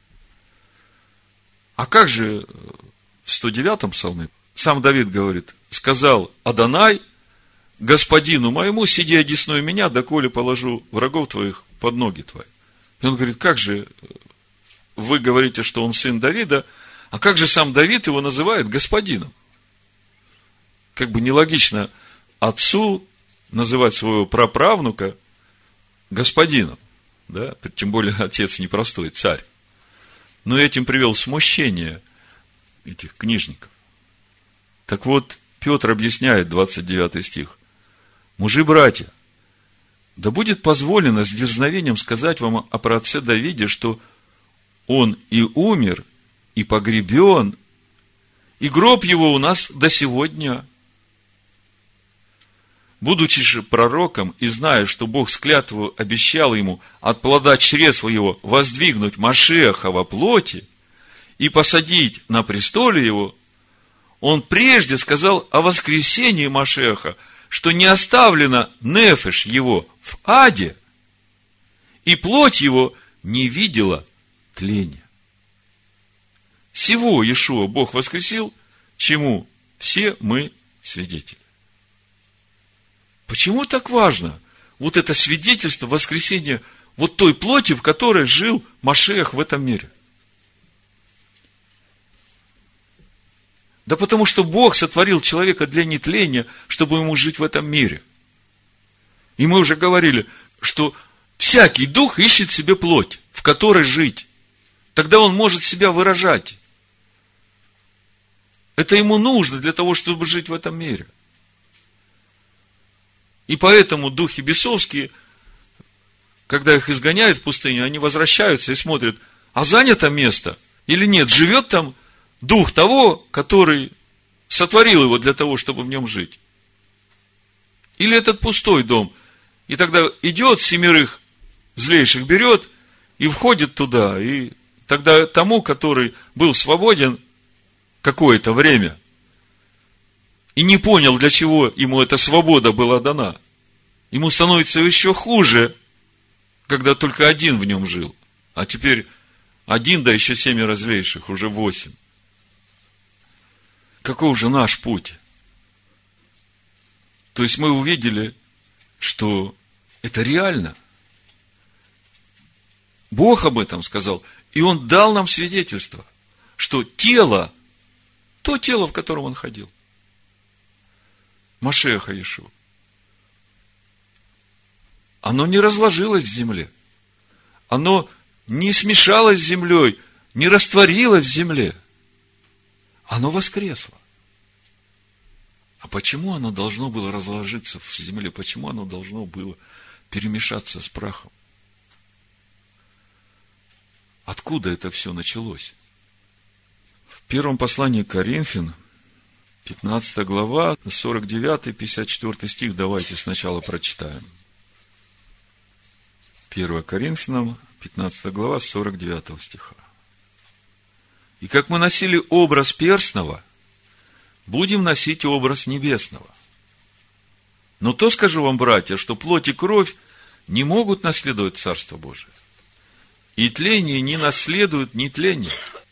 А как же в 109-м псалме сам Давид говорит: «Сказал Адонай господину моему, сиди одесную меня, доколе положу врагов твоих под ноги твои». И он говорит: как же вы говорите, что он сын Давида, а как же сам Давид его называет господином? Как бы нелогично отцу называть своего праправнука господином, да? Тем более отец непростой, царь. Но этим привел смущение этих книжников. Так вот, Петр объясняет, 29 стих: «Мужи-братья, да будет позволено с дерзновением сказать вам о праотце Давиде, что он и умер, и погребен, и гроб его у нас до сего дня. Будучи же пророком и зная, что Бог с клятвою обещал ему от плода чресла его воздвигнуть Машиаха во плоти и посадить на престоле его, он прежде сказал о воскресении Машиаха, что не оставлена нефеш его в аде, и плоть его не видела тления. Сего Иешуа Бог воскресил, чему все мы свидетели». Почему так важно вот это свидетельство воскресения вот той плоти, в которой жил Машиах в этом мире? Да потому что Бог сотворил человека для нетления, чтобы ему жить в этом мире. И мы уже говорили, что всякий дух ищет себе плоть, в которой жить. Тогда он может себя выражать. Это ему нужно для того, чтобы жить в этом мире. И поэтому духи бесовские, когда их изгоняют в пустыню, они возвращаются и смотрят, а занято место или нет, живет там дух того, который сотворил его для того, чтобы в нем жить. Или этот пустой дом. И тогда идет, 7 злейших берет и входит туда. И тогда тому, который был свободен какое-то время, и не понял, для чего ему эта свобода была дана, ему становится еще хуже, когда только один в нем жил. А теперь 1, да еще 7 злейших, уже 8. Каков же наш путь? То есть мы увидели, что это реально. Бог об этом сказал, и Он дал нам свидетельство, что тело, то тело, в котором Он ходил, Машиаха Иешуа, оно не разложилось в земле, оно не смешалось с землей, не растворилось в земле, оно воскресло. А почему оно должно было разложиться в земле? Почему оно должно было перемешаться с прахом? Откуда это все началось? В первом послании к Коринфянам, 15 глава, 49-54 стих, давайте сначала прочитаем. 1 Коринфянам, 15 глава, 49 стиха. «И как мы носили образ перстного, будем носить образ небесного. Но то скажу вам, братья, что плоть и кровь не могут наследовать Царство Божие, и тление не наследует нетление».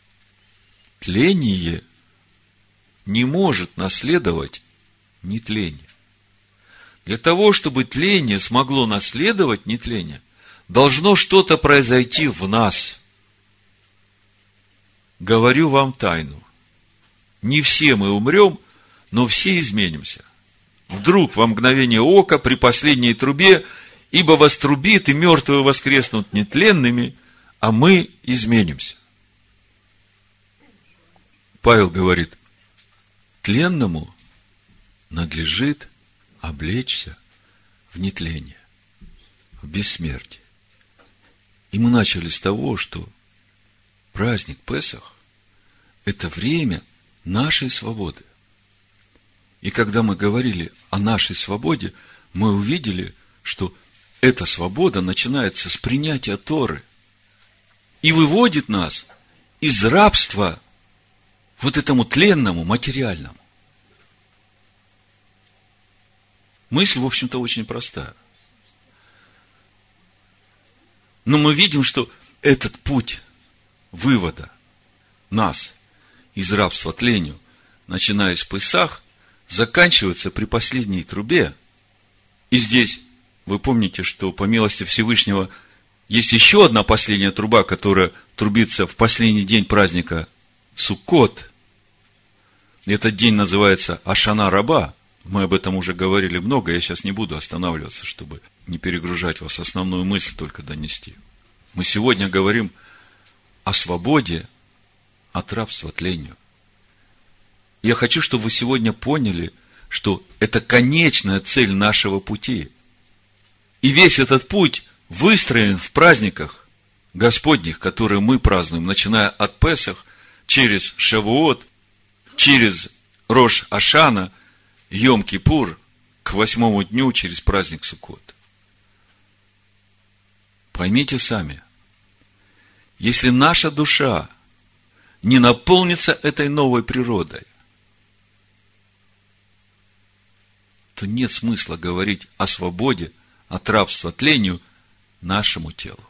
Тление не может наследовать нетление. Для того, чтобы тление смогло наследовать нетление, должно что-то произойти в нас. Говорю вам тайну. Не все мы умрем, но все изменимся. Вдруг во мгновение ока при последней трубе, ибо вострубит, и мертвые воскреснут нетленными, а мы изменимся. Павел говорит: тленному надлежит облечься в нетление, в бессмертие. И мы начали с того, что праздник Песах – это время нашей свободы. И когда мы говорили о нашей свободе, мы увидели, что эта свобода начинается с принятия Торы и выводит нас из рабства вот этому тленному, материальному. Мысль, в общем-то, очень простая. Но мы видим, что этот путь вывода нас из рабства тлению, начиная с Песах, заканчивается при последней трубе. И здесь вы помните, что по милости Всевышнего есть еще одна последняя труба, которая трубится в последний день праздника Суккот. Этот день называется Ашана Раба. Мы об этом уже говорили много, я сейчас не буду останавливаться, чтобы не перегружать вас, основную мысль только донести. Мы сегодня говорим о свободе от рабства тлению. Я хочу, чтобы вы сегодня поняли, что это конечная цель нашего пути. И весь этот путь выстроен в праздниках Господних, которые мы празднуем, начиная от Песах, через Шавуот, через Рош Ашана, Йом-Кипур, к 8-му дню через праздник Суккот. Поймите сами, если наша душа не наполнится этой новой природой, то нет смысла говорить о свободе от рабства тлению нашему телу.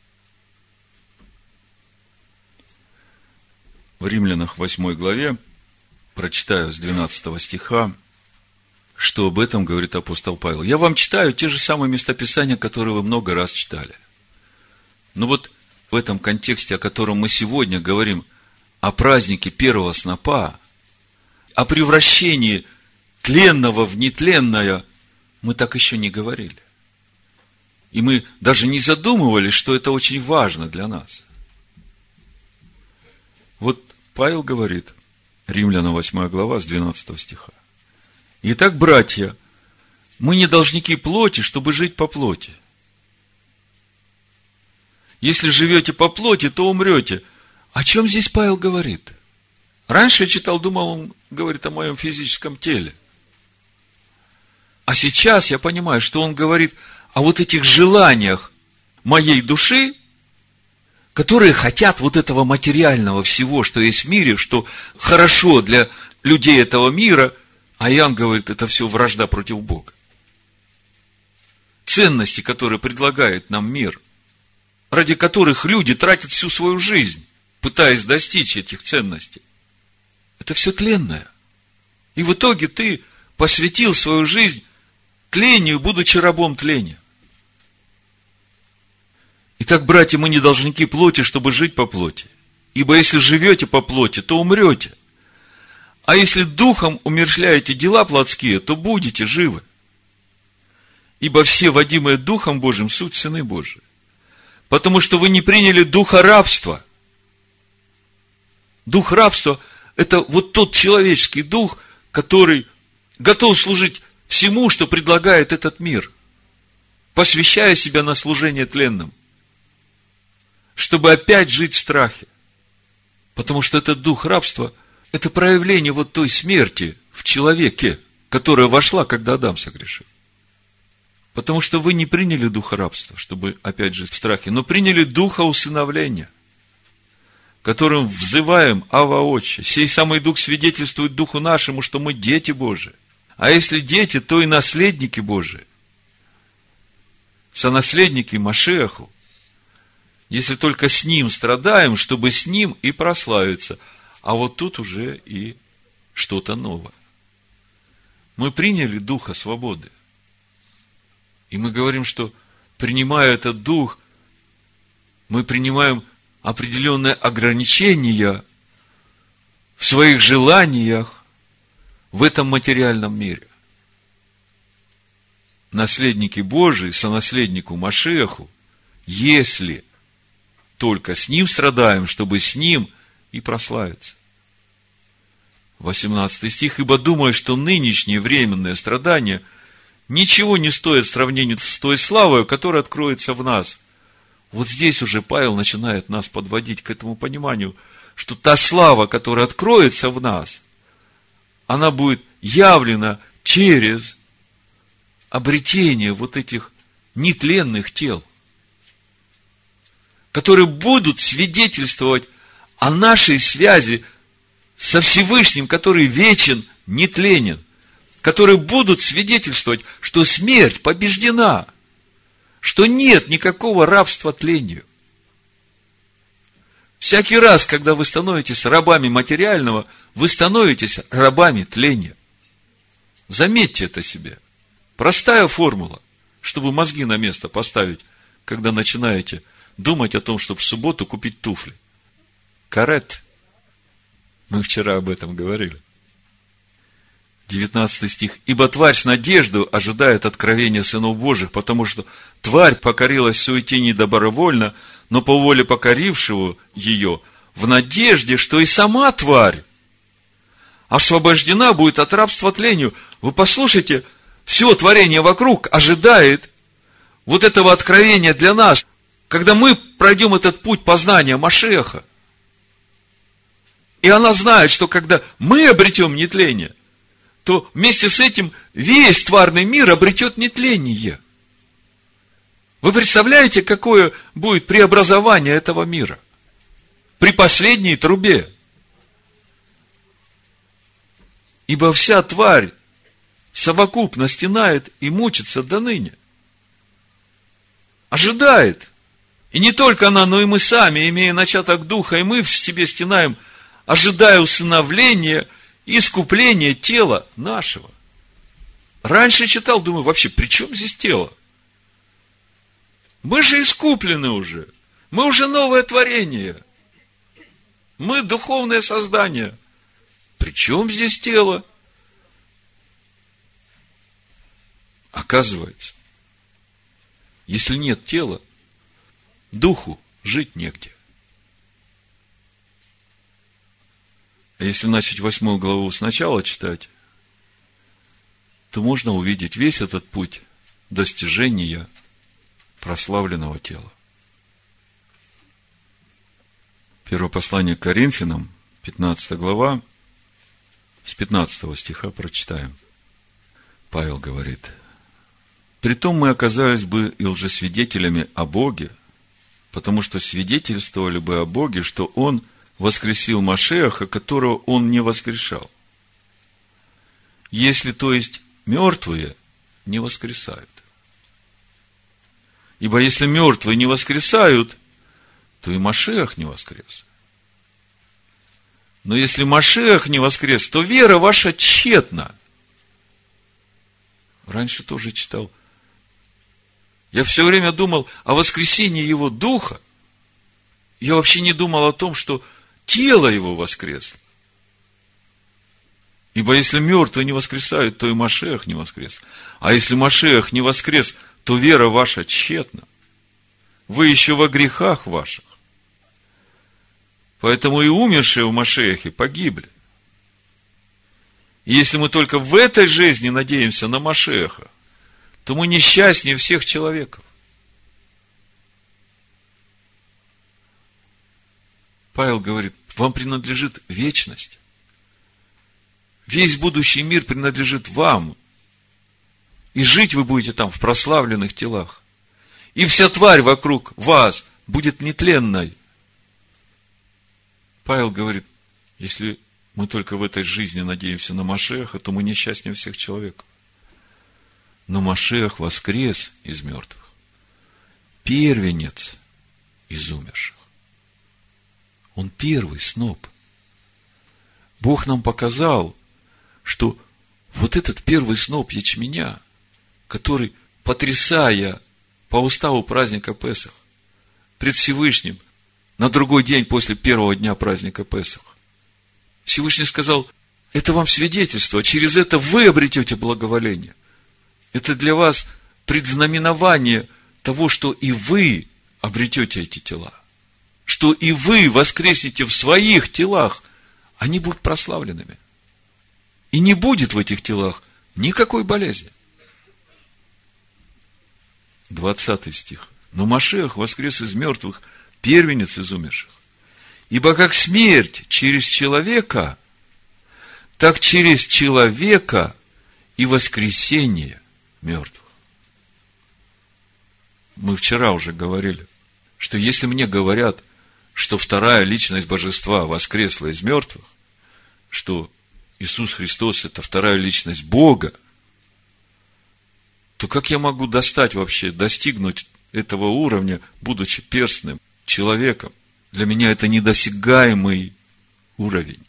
В Римлянах 8 главе, прочитаю с 12 стиха, что об этом говорит апостол Павел. Я вам читаю те же самые местописания, которые вы много раз читали. Но вот в этом контексте, о котором мы сегодня говорим, о празднике первого снопа, о превращении тленного в нетленное, мы так еще не говорили. И мы даже не задумывались, что это очень важно для нас. Вот Павел говорит, Римлянам 8 глава, с 12 стиха. Итак, братья, мы не должники плоти, чтобы жить по плоти. Если живете по плоти, то умрете. О чем здесь Павел говорит? Раньше я читал, думал, он говорит о моем физическом теле. А сейчас я понимаю, что он говорит о вот этих желаниях моей души, которые хотят вот этого материального всего, что есть в мире, что хорошо для людей этого мира, а Иоанн говорит, это все вражда против Бога. Ценности, которые предлагает нам мир, ради которых люди тратят всю свою жизнь, пытаясь достичь этих ценностей, это все тленное. И в итоге ты посвятил свою жизнь тлению, будучи рабом тления. Итак, братья, мы не должники плоти, чтобы жить по плоти. Ибо если живете по плоти, то умрете. А если духом умерщвляете дела плотские, то будете живы. Ибо все, водимые Духом Божьим, суть сыны Божии. Потому что вы не приняли духа рабства. Дух рабства – это вот тот человеческий дух, который готов служить всему, что предлагает этот мир, посвящая себя на служение тленным, чтобы опять жить в страхе. Потому что этот дух рабства – это проявление вот той смерти в человеке, которая вошла, когда Адам согрешил. Потому что вы не приняли духа рабства, чтобы опять жить в страхе, но приняли духа усыновления, которым взываем Ава Отче. Сей самый дух свидетельствует духу нашему, что мы дети Божии. А если дети, то и наследники Божии, сонаследники Машиаху, если только с Ним страдаем, чтобы с Ним и прославиться. А вот тут уже и что-то новое. Мы приняли духа свободы. И мы говорим, что, принимая этот дух, мы принимаем определенные ограничения в своих желаниях в этом материальном мире. Наследники Божии, сонаследнику Машиаху, если только с Ним страдаем, чтобы с Ним и прославиться. 18 стих. Ибо думаю, что нынешние временные страдания ничего не стоят в сравнении с той славой, которая откроется в нас. Вот здесь уже Павел начинает нас подводить к этому пониманию, что та слава, которая откроется в нас, она будет явлена через обретение вот этих нетленных тел, которые будут свидетельствовать о нашей связи со Всевышним, который вечен, нетленен, которые будут свидетельствовать, что смерть побеждена, что нет никакого рабства тлению. Всякий раз, когда вы становитесь рабами материального, вы становитесь рабами тления. Заметьте это себе. Простая формула, чтобы мозги на место поставить, когда начинаете думать о том, чтобы в субботу купить туфли. Карет. Мы вчера об этом говорили. 19 стих. Ибо тварь с надеждой ожидает откровения сынов Божьих, потому что тварь покорилась суете недобровольно, но по воле покорившего ее, в надежде, что и сама тварь освобождена будет от рабства тлению. Вы послушайте, все творение вокруг ожидает вот этого откровения для нас, когда мы пройдем этот путь познания Машиаха. И она знает, что когда мы обретем нетление, то вместе с этим весь тварный мир обретет нетление. Вы представляете, какое будет преобразование этого мира при последней трубе? Ибо вся тварь совокупно стенает и мучится до ныне. Ожидает. И не только она, но и мы сами, имея начаток духа, и мы в себе стенаем, ожидая усыновления и искупления тела нашего. Раньше читал, думаю, вообще, при чем здесь тело? Мы же искуплены уже. Мы уже новое творение. Мы духовное создание. При чем здесь тело? Оказывается, если нет тела, духу жить негде. А если начать 8 главу сначала читать, то можно увидеть весь этот путь достижения прославленного тела. Первое послание к Коринфянам, 15 глава, с 15 стиха прочитаем. Павел говорит: «Притом мы оказались бы и лжесвидетелями о Боге, потому что свидетельствовали бы о Боге, что Он воскресил Машиаха, которого Он не воскрешал. Если, то есть, мертвые не воскресают. Ибо если мертвые не воскресают, то и Машиах не воскрес. Но если Машиах не воскрес, то вера ваша тщетна». Раньше тоже читал. Я все время думал о воскресении его духа. Я вообще не думал о том, что тело его воскресло. Ибо если мертвые не воскресают, то и Машиах не воскрес. А если Машиах не воскрес, то вера ваша тщетна. Вы еще во грехах ваших. Поэтому и умершие в Машиахе погибли. И если мы только в этой жизни надеемся на Машиаха, то мы несчастнее всех человеков. Павел говорит: вам принадлежит вечность. Весь будущий мир принадлежит вам. И жить вы будете там в прославленных телах. И вся тварь вокруг вас будет нетленной. Павел говорит: если мы только в этой жизни надеемся на Машиаха, то мы несчастнее всех человеков. Но Машиах воскрес из мертвых, первенец из умерших. Он первый сноп. Бог нам показал, что вот этот первый сноп ячменя, который, потрясая по уставу праздника Песах, пред Всевышним, на другой день после первого дня праздника Песах, Всевышний сказал: это вам свидетельство, через это вы обретете благоволение. Это для вас предзнаменование того, что и вы обретете эти тела. Что и вы воскреснете в своих телах. Они будут прославленными. И не будет в этих телах никакой болезни. 20 стих. Но Машиах воскрес из мертвых, первенец из умерших. Ибо как смерть через человека, так через человека и воскресение мертвых. Мы вчера уже говорили, что если мне говорят, что вторая личность божества воскресла из мертвых, что Иисус Христос – это вторая личность Бога, то как я могу достигнуть этого уровня, будучи перстным человеком? Для меня это недосягаемый уровень.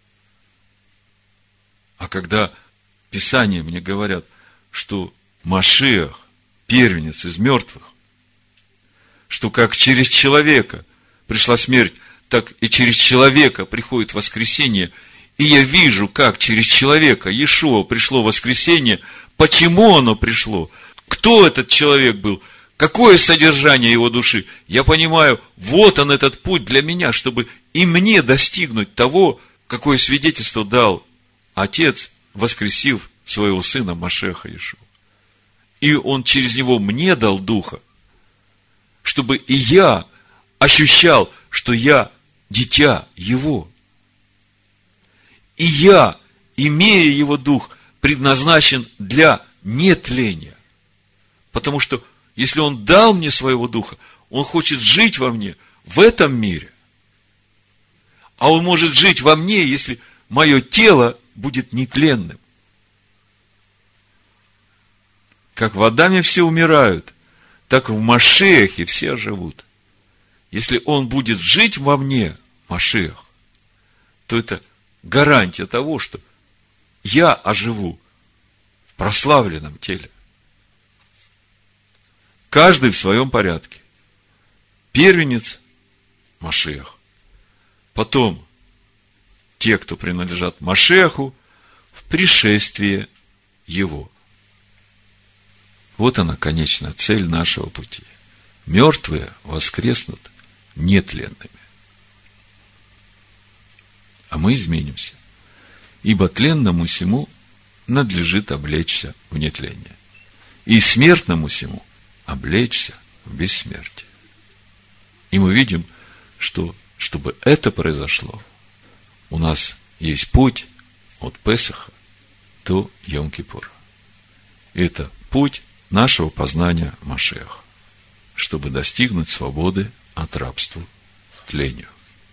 А когда Писание мне говорят, что Машиах – первенец из мертвых, что как через человека пришла смерть, так и через человека приходит воскресение, и я вижу, как через человека, Иешуа, пришло воскресение. Почему оно пришло? Кто этот человек был? Какое содержание его души? Я понимаю, вот он этот путь для меня, чтобы и мне достигнуть того, какое свидетельство дал Отец, воскресив своего Сына Машиаха Иешуа. И Он через него мне дал Духа, чтобы и я ощущал, что я дитя Его. И я, имея Его Дух, предназначен для нетления. Потому что, если Он дал мне своего Духа, Он хочет жить во мне в этом мире. А Он может жить во мне, если мое тело будет нетленным. Как в Адаме все умирают, так в Машиахе все живут. Если Он будет жить во мне, Машиах, то это гарантия того, что я оживу в прославленном теле. Каждый в своем порядке. Первенец – Машиах. Потом те, кто принадлежат Машиаху, в пришествие Его. Вот она, конечная цель нашего пути. Мертвые воскреснут нетленными. А мы изменимся. Ибо тленному сему надлежит облечься в нетление. И смертному сему облечься в бессмертие. И мы видим, что, чтобы это произошло, у нас есть путь от Песаха до Йом-Кипура. Это путь нашего познания Машиаха, чтобы достигнуть свободы от рабства тлению.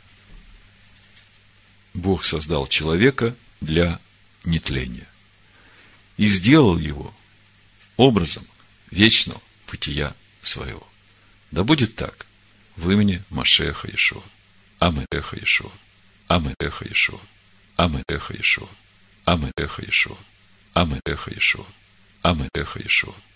Бог создал человека для нетления и сделал его образом вечного бытия своего. Да будет так в имени Машиаха Иешуа. Аминь. Иешуа. Аминь. Иешуа. Аминь. Иешуа. Аминь. Иешуа. Аминь. Иешуа. Аминь. Иешуа.